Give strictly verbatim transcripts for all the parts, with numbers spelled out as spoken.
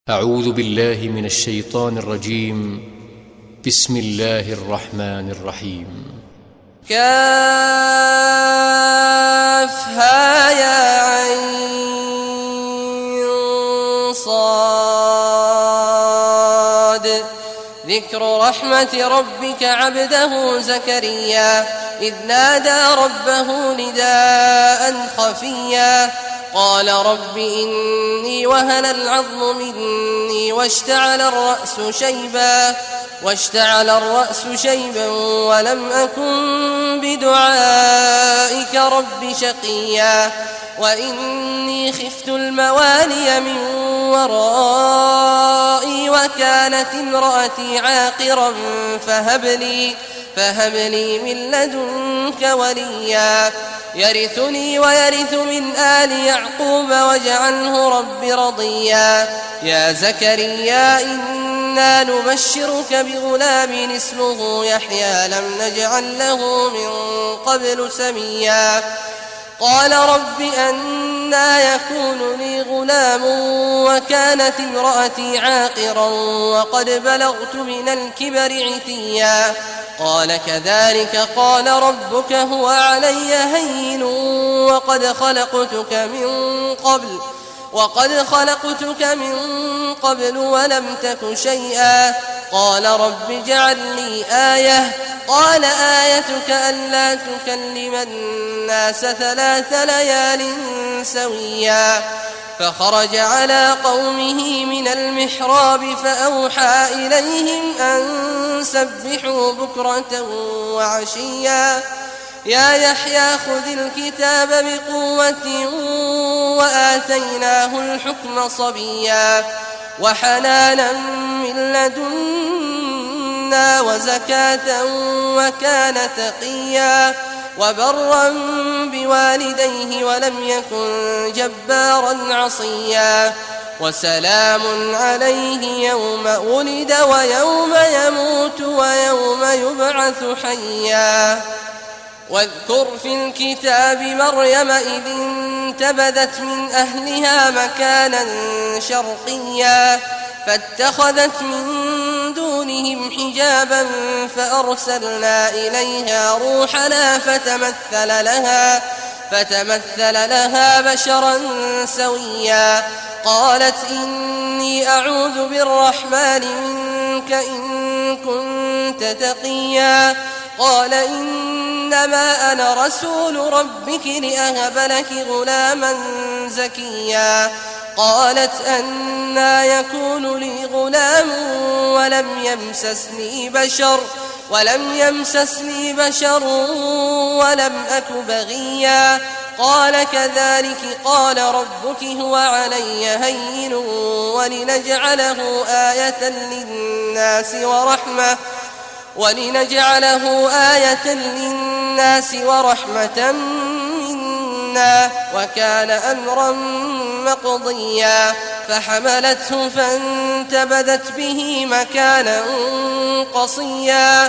أعوذ بالله من الشيطان الرجيم. بسم الله الرحمن الرحيم. كافها يا عين صاد ذكر رحمة ربك عبده زكريا إذ نادى ربه نداء خفيا قال رب إني وهن العظم مني واشتعل الرأس شيبا واشتعل الرأس شيبا ولم أكن بدعائك رب شقيا وإني خفت الموالي من ورائي وكانت امرأتي عاقرا فهب لي فهب لي من لدنك وليا يرثني ويرث من آل يعقوب واجعله رب رضيا يا زكريا إنا نبشرك بغلام اسمه يحيى لم نجعل له من قبل سميا قال رب أنى يكون لي غلام وكانت امرأتي عاقرا وقد بلغت من الكبر عتيا قال كذلك قال ربك هو علي هين وقد خلقتك من قبل وقد خلقتك من قبل ولم تك شيئا قال رب اجعل لي آية قال آيتك ألا تكلم الناس ثلاث ليال سويا فخرج على قومه من المحراب فأوحى إليهم أن سبحوا بكرة وعشيا يا يحيى خذ الكتاب بقوة وآتيناه الحكم صبيا وحنانا من لدنا وزكاة وكان تقيا وبرا بوالديه ولم يكن جبارا عصيا وسلام عليه يوم ولد ويوم يموت ويوم يبعث حيا واذكر في الكتاب مريم إذ انتبذت من أهلها مكانا شرقيا فاتخذت من دونهم حجابا فأرسلنا إليها روحنا فتمثل لها فتمثل لها بشرا سويا قالت إني أعوذ بالرحمن منك إن كنت تقيا قال إنما أنا رسول ربك لأهب لك غلاما زكيا قالت أنى يكون لي غلام ولم يمسسني بشر ولم يمسسني بشر ولم أك بغيا قال كذلك قال ربك هو علي هين ولنجعله آية للناس ورحمة ولنجعله آية للناس ورحمة منا وكان أمرا مقضيا فحملته فانتبذت به مكانا قصيا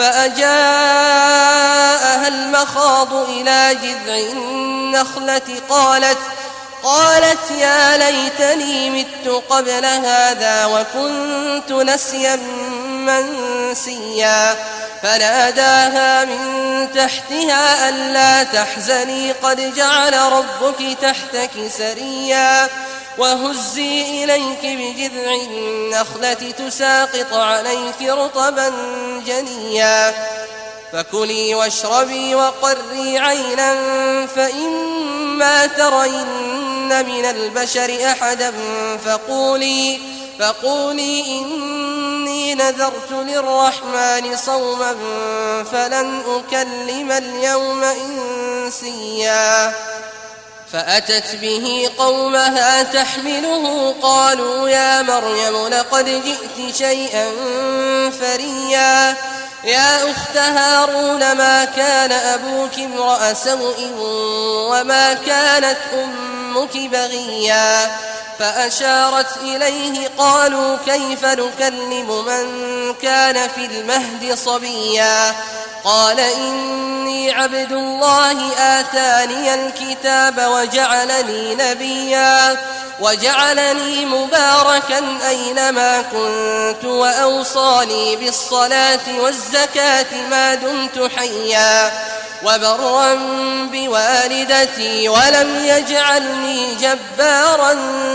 فأجاءها المخاض إلى جذع النخلة قالت قالت يا ليتني مت قبل هذا وكنت نسيا منسيا فناداها من تحتها ألا تحزني قد جعل ربك تحتك سريا وهزي إليك بجذع النخلة تساقط عليك رطبا جنيا فكلي واشربي وقري عينا فإما ترين من البشر أحدا فقولي فقولي إني نذرت للرحمن صوما فلن أكلم اليوم إنسيا فأتت به قومها تحمله قالوا يا مريم لقد جئت شيئا فريا يا أخت هارون ما كان أبوك امرأ سوء وما كانت أمك بغيا فأشارت إليه قالوا كيف نكلم من كان في المهد صبيا قال إني عبد الله آتاني الكتاب وجعلني نبيا وجعلني مباركا أينما كنت وأوصاني بالصلاة والزكاة ما دمت حيا وبرا بوالدتي ولم يجعلني جبارا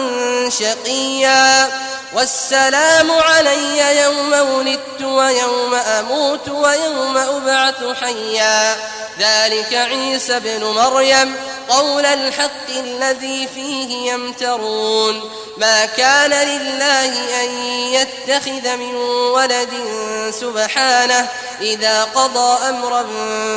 شقيا والسلام علي يوم ولدت ويوم أموت ويوم أبعث حيا ذلك عيسى بن مريم قول الحق الذي فيه يمترون ما كان لله أن يتخذ من ولد سبحانه إذا قضى أمرا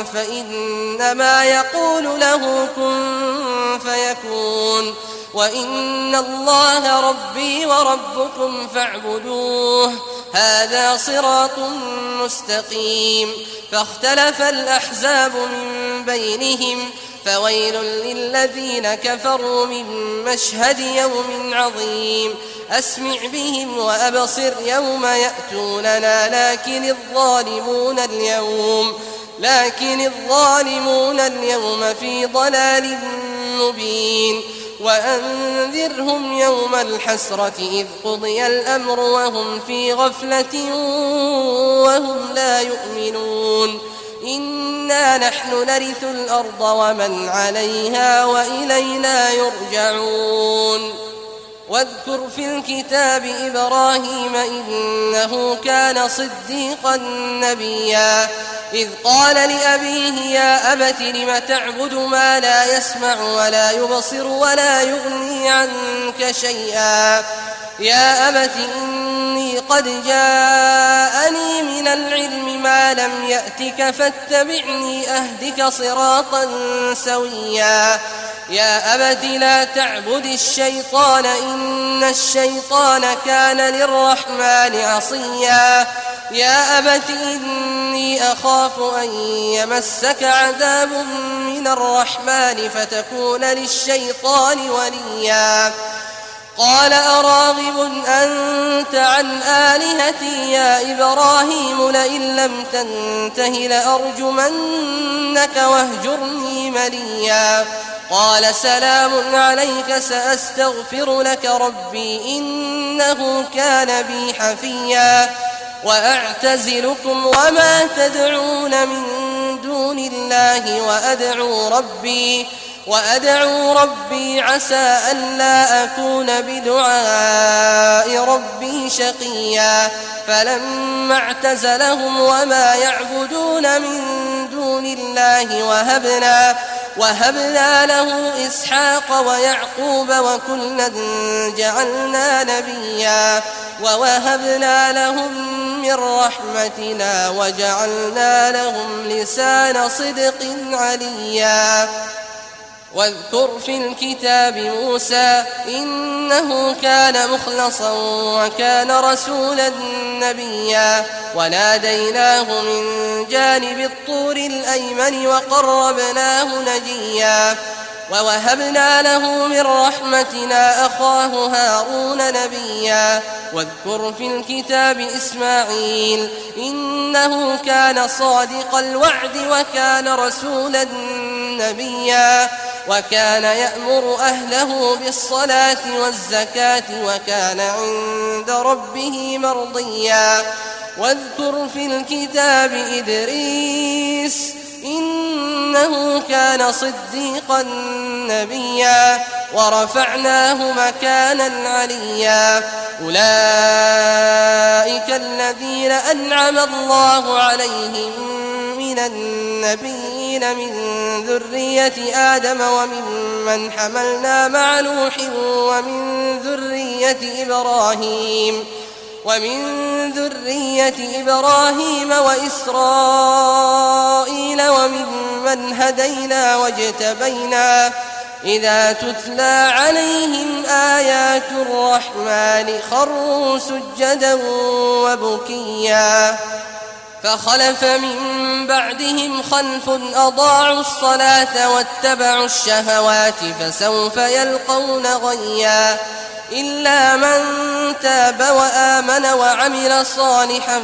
فإنما يقول له كن فيكون وإن الله ربي وربكم فاعبدوه هذا صراط مستقيم فاختلف الأحزاب من بينهم فويل للذين كفروا من مشهد يوم عظيم أسمع بهم وأبصر يوم يأتوننا لكن الظالمون اليوم لكن الظالمون اليوم في ضلال مبين وأنذرهم يوم الحسرة إذ قضي الأمر وهم في غفلة وهم لا يؤمنون إنا نحن نرث الأرض ومن عليها وإلينا يرجعون واذكر في الكتاب إبراهيم إنه كان صديقا نبيا إذ قال لأبيه يا أبت لم تعبد ما لا يسمع ولا يبصر ولا يغني عنك شيئا يا أبت إني قد جاءني من العلم ما لم يأتك فاتبعني أهدك صراطا سويا يا أبت لا تعبد الشيطان إن الشيطان كان للرحمن عصيا يا أبت إني أخاف أن يمسك عذاب من الرحمن فتكون للشيطان وليا قال أراغب أنت عن آلهتي يا إبراهيم لئن لم تنته لأرجمنك واهجرني مليا قال سلام عليك سأستغفر لك ربي إنه كان بي حفيا وأعتزلكم وما تدعون من دون الله وأدعو ربي وأدعو ربي عسى ألا أكون بدعاء ربي شقيا فلما اعتزلهم وما يعبدون من دون الله وهبنا وهبنا له إسحاق ويعقوب وكلا جعلنا نبيا ووهبنا لهم من رحمتنا وجعلنا لهم لسان صدق عليا واذكر في الكتاب موسى إنه كان مخلصا وكان رسولا نبيا وناديناه من جانب الطور الأيمن وقربناه نجيا ووهبنا له من رحمتنا أخاه هارون نبيا واذكر في الكتاب إسماعيل إنه كان صادق الوعد وكان رسولا نبيا وكان يأمر أهله بالصلاة والزكاة وكان عند ربه مرضيا واذكر في الكتاب إدريس إنه كان صديقا نبيا ورفعناه مكانا عليا أولئك الذين أنعم الله عليهم من النبيين من ذرية آدم وممن حملنا مع نوح ومن ذرية إبراهيم ومن ذرية إبراهيم وإسرائيل وممن هدينا واجتبينا إذا تتلى عليهم آيات الرحمن خروا سجدا وبكيا فخلف من بعدهم خلف أضاعوا الصلاة واتبعوا الشهوات فسوف يلقون غيا إلا من تاب وآمن وعمل صالحا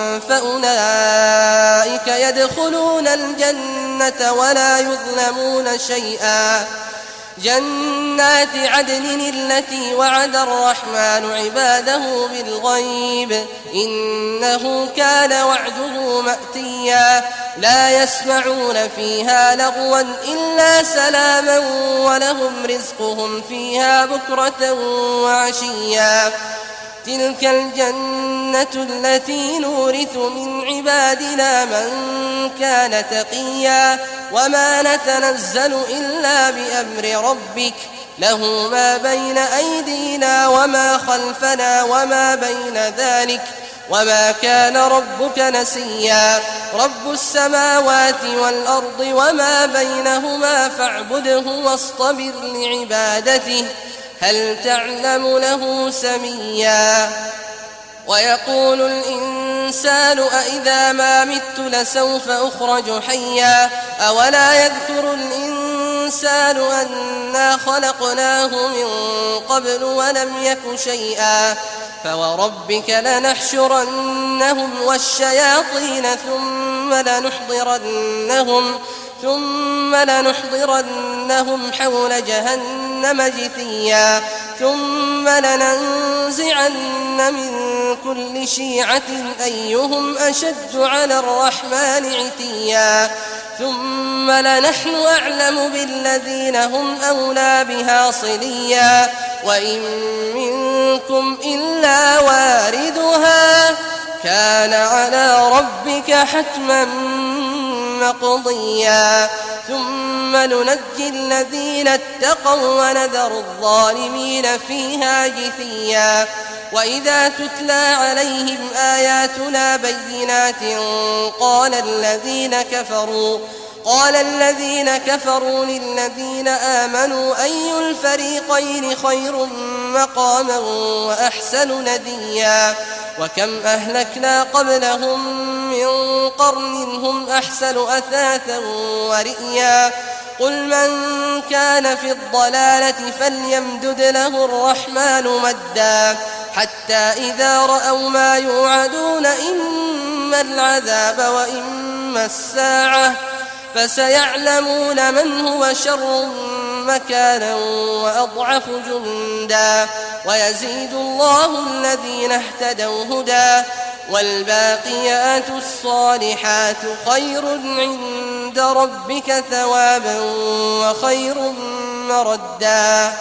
فأولئك يدخلون الجنة ولا يظلمون شيئا جنات عدن التي وعد الرحمن عباده بالغيب إنه كان وعده مأتيا لا يسمعون فيها لغوا إلا سلاما ولهم رزقهم فيها بكرة وعشيا تلك الجنة التي نورث من عبادنا من كان تقيا وما نتنزل إلا بأمر ربك له ما بين أيدينا وما خلفنا وما بين ذلك وما كان ربك نسيا رب السماوات والأرض وما بينهما فاعبده واصطبر لعبادته هل تعلم له سميا ويقول الإنسان أإذا ما مت لسوف أخرج حيا أولا يذكر الإنسان أنا خلقناه من قبل ولم يك شيئا فوربك لنحشرنهم والشياطين ثم لنحضرنهم ثم لنحضرنهم حول جهنم جثيا ثم لننزعن من كل شيعة أيهم أشد على الرحمن عتيا ثم لنحن أعلم بالذين هم أولى بها صليا وإن منكم إلا واردها كان على ربك حتما مقضيا ثم ننجي الذين اتقوا ونذر الظالمين فيها جثيا وإذا تتلى عليهم آياتنا بينات قال الذين كفروا قال الذين كفروا للذين آمنوا أي الفريقين خير مقاما وأحسن نديا وكم أهلكنا قبلهم من قرن هم أحسن أثاثا ورئيا قل من كان في الضلالة فليمدد له الرحمن مدا حتى إذا رأوا ما يوعدون إما العذاب وإما الساعة فسيعلمون من هو شر مكانا وأضعف جندا ويزيد الله الذين اهتدوا هدى والباقيات الصالحات خير عند ربك ثوابا وخير مردا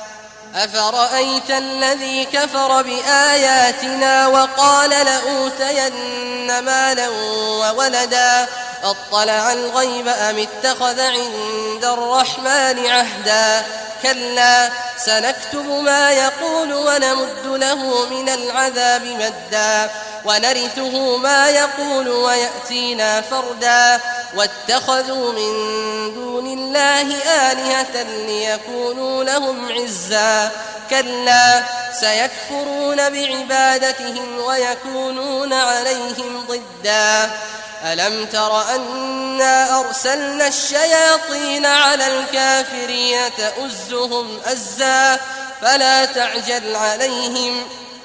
أفرأيت الذي كفر بآياتنا وقال لأوتين مالا وولدا أطلع الغيب أم اتخذ عند الرحمن عهدا كلا سنكتب ما يقول ونمد له من العذاب مدا ونرثه ما يقول ويأتينا فردا واتخذوا من دون الله آلهة ليكونوا لهم عزا كلا سيكفرون بعبادتهم ويكونون عليهم ضدا ألم تر أنا أرسلنا الشياطين على الكافرين تؤزهم أزا فلا تعجل عليهم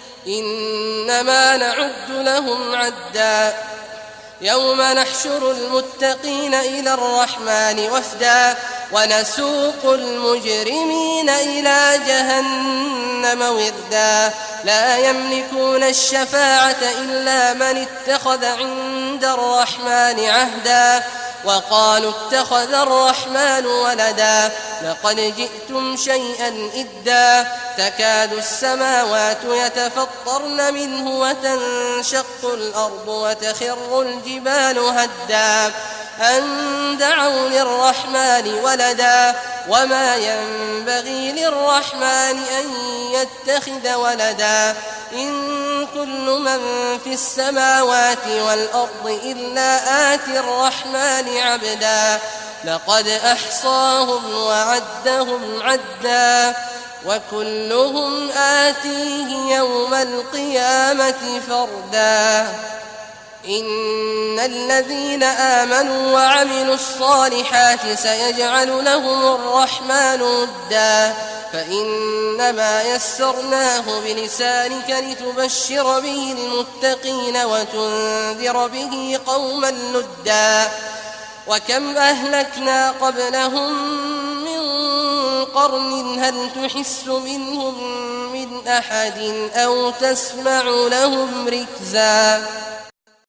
إنما نعد لهم عدا يوم نحشر المتقين إلى الرحمن وفدا ونسوق المجرمين إلى جهنم وردا لا يملكون الشفاعة إلا من اتخذ عند الرحمن عهدا وقالوا اتخذ الرحمن ولدا لقد جئتم شيئا إدا تكاد السماوات يتفطرن منه وتنشق الأرض وتخر الجبال هدا أن دعوا للرحمن ولدا وما ينبغي للرحمن أن يتخذ ولدا إن كل من في السماوات والأرض إلا آتي الرحمن عبدا لقد أحصاهم وعدهم عدا وكلهم آتيه يوم القيامة فردا إن الذين آمنوا وعملوا الصالحات سيجعل لهم الرحمن ودا فإنما يسرناه بلسانك لتبشر به المتقين وتنذر به قوما لدا وكم أهلكنا قبلهم من قرن هل تحس منهم من أحد أو تسمع لهم ركزا